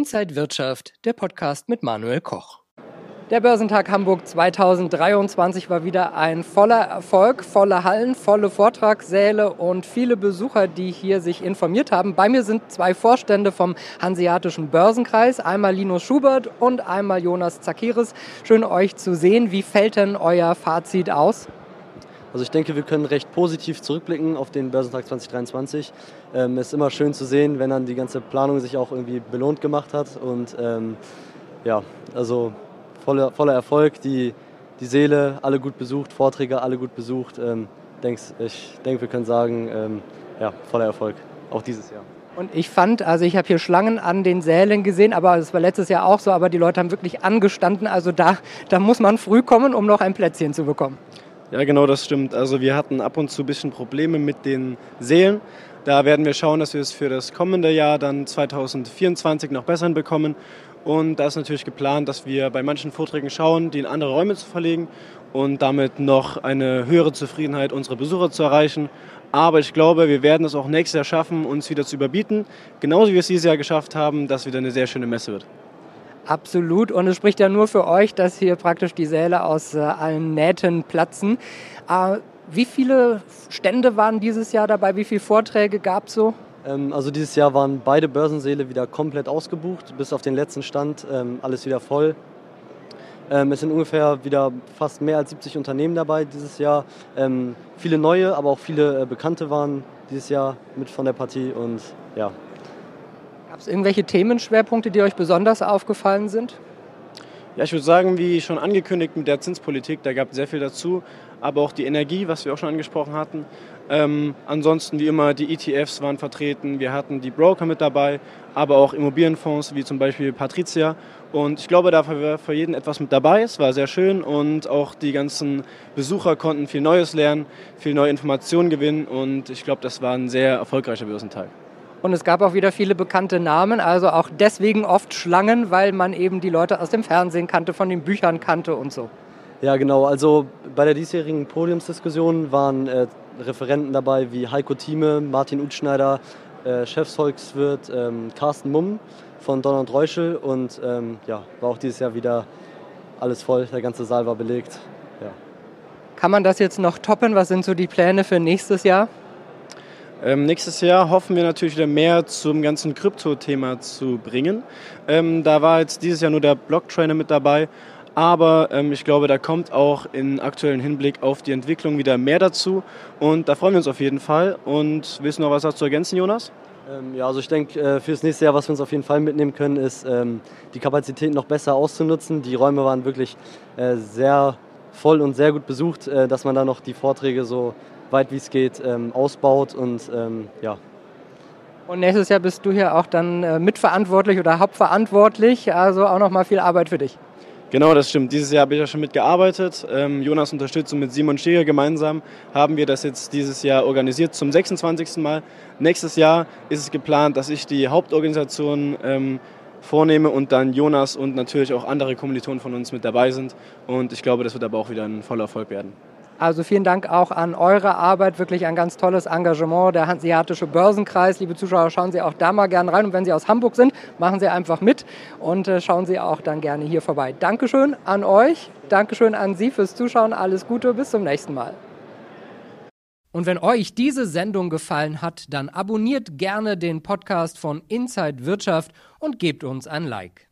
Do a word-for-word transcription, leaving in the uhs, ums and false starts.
Inside Wirtschaft, der Podcast mit Manuel Koch. Der Börsentag Hamburg zweitausenddreiundzwanzig war wieder ein voller Erfolg, volle Hallen, volle Vortragssäle und viele Besucher, die hier sich informiert haben. Bei mir sind zwei Vorstände vom Hanseatischen Börsenkreis, einmal Linus Schubert und einmal Jonas Zakiris. Schön euch zu sehen. Wie fällt denn euer Fazit aus? Also ich denke, wir können recht positiv zurückblicken auf den Börsentag zweitausenddreiundzwanzig. Ähm, es ist immer schön zu sehen, wenn dann die ganze Planung sich auch irgendwie belohnt gemacht hat. Und ähm, ja, also voller, voller Erfolg, die, die Säle alle gut besucht, Vorträge alle gut besucht. Ähm, denk's, ich denke, wir können sagen, ähm, ja, voller Erfolg, auch dieses Jahr. Und ich fand, also ich habe hier Schlangen an den Sälen gesehen, aber das war letztes Jahr auch so, aber die Leute haben wirklich angestanden. Also da, da muss man früh kommen, um noch ein Plätzchen zu bekommen. Ja, genau, das stimmt. Also wir hatten ab und zu ein bisschen Probleme mit den Sälen. Da werden wir schauen, dass wir es für das kommende Jahr dann zweitausendvierundzwanzig noch besser hinbekommen. Und da ist natürlich geplant, dass wir bei manchen Vorträgen schauen, die in andere Räume zu verlegen und damit noch eine höhere Zufriedenheit unserer Besucher zu erreichen. Aber ich glaube, wir werden es auch nächstes Jahr schaffen, uns wieder zu überbieten. Genauso wie wir es dieses Jahr geschafft haben, dass wieder eine sehr schöne Messe wird. Absolut. Und es spricht ja nur für euch, dass hier praktisch die Säle aus äh, allen Nähten platzen. Äh, wie viele Stände waren dieses Jahr dabei? Wie viele Vorträge gab es so? Ähm, also dieses Jahr waren beide Börsensäle wieder komplett ausgebucht, bis auf den letzten Stand, ähm, alles wieder voll. Ähm, es sind ungefähr wieder fast mehr als siebzig Unternehmen dabei dieses Jahr. Ähm, viele neue, aber auch viele äh, Bekannte waren dieses Jahr mit von der Partie und ja. Gab es irgendwelche Themenschwerpunkte, die euch besonders aufgefallen sind? Ja, ich würde sagen, wie schon angekündigt mit der Zinspolitik, da gab es sehr viel dazu, aber auch die Energie, was wir auch schon angesprochen hatten. Ähm, ansonsten wie immer, die E T Fs waren vertreten, wir hatten die Broker mit dabei, aber auch Immobilienfonds wie zum Beispiel Patrizia. Und ich glaube, da war für jeden etwas mit dabei. Es war sehr schön und auch die ganzen Besucher konnten viel Neues lernen, viel neue Informationen gewinnen und ich glaube, das war ein sehr erfolgreicher Börsentag. Und es gab auch wieder viele bekannte Namen, also auch deswegen oft Schlangen, weil man eben die Leute aus dem Fernsehen kannte, von den Büchern kannte und so. Ja, genau. Also bei der diesjährigen Podiumsdiskussion waren äh, Referenten dabei wie Heiko Thieme, Martin Utschneider, äh, Chefsvolkswirt ähm, Carsten Mumm von Donner und Reuschel und ähm, ja, war auch dieses Jahr wieder alles voll, der ganze Saal war belegt. Ja. Kann man das jetzt noch toppen? Was sind so die Pläne für nächstes Jahr? Ähm, nächstes Jahr hoffen wir natürlich wieder mehr zum ganzen Krypto-Thema zu bringen. Ähm, da war jetzt dieses Jahr nur der Blocktrainer mit dabei, aber ähm, ich glaube, da kommt auch in aktuellen Hinblick auf die Entwicklung wieder mehr dazu und da freuen wir uns auf jeden Fall. Und willst du noch was dazu ergänzen, Jonas? Ähm, ja, also ich denke, äh, für das nächste Jahr, was wir uns auf jeden Fall mitnehmen können, ist ähm, die Kapazität noch besser auszunutzen. Die Räume waren wirklich äh, sehr voll und sehr gut besucht, äh, dass man da noch die Vorträge so weit wie es geht ähm, ausbaut und ähm, ja. Und nächstes Jahr bist du hier auch dann äh, mitverantwortlich oder hauptverantwortlich, also auch nochmal viel Arbeit für dich. Genau, das stimmt. Dieses Jahr habe ich ja schon mitgearbeitet. Ähm, Jonas unterstützt und mit Simon Steger gemeinsam haben wir das jetzt dieses Jahr organisiert zum sechsundzwanzigsten Mal. Nächstes Jahr ist es geplant, dass ich die Hauptorganisation ähm, vornehme und dann Jonas und natürlich auch andere Kommilitonen von uns mit dabei sind. Und ich glaube, das wird aber auch wieder ein voller Erfolg werden. Also vielen Dank auch an eure Arbeit, wirklich ein ganz tolles Engagement, der Hanseatische Börsenkreis. Liebe Zuschauer, schauen Sie auch da mal gerne rein und wenn Sie aus Hamburg sind, machen Sie einfach mit und äh, schauen Sie auch dann gerne hier vorbei. Dankeschön an euch, Dankeschön an Sie fürs Zuschauen, alles Gute, bis zum nächsten Mal. Und wenn euch diese Sendung gefallen hat, dann abonniert gerne den Podcast von Inside Wirtschaft und gebt uns ein Like.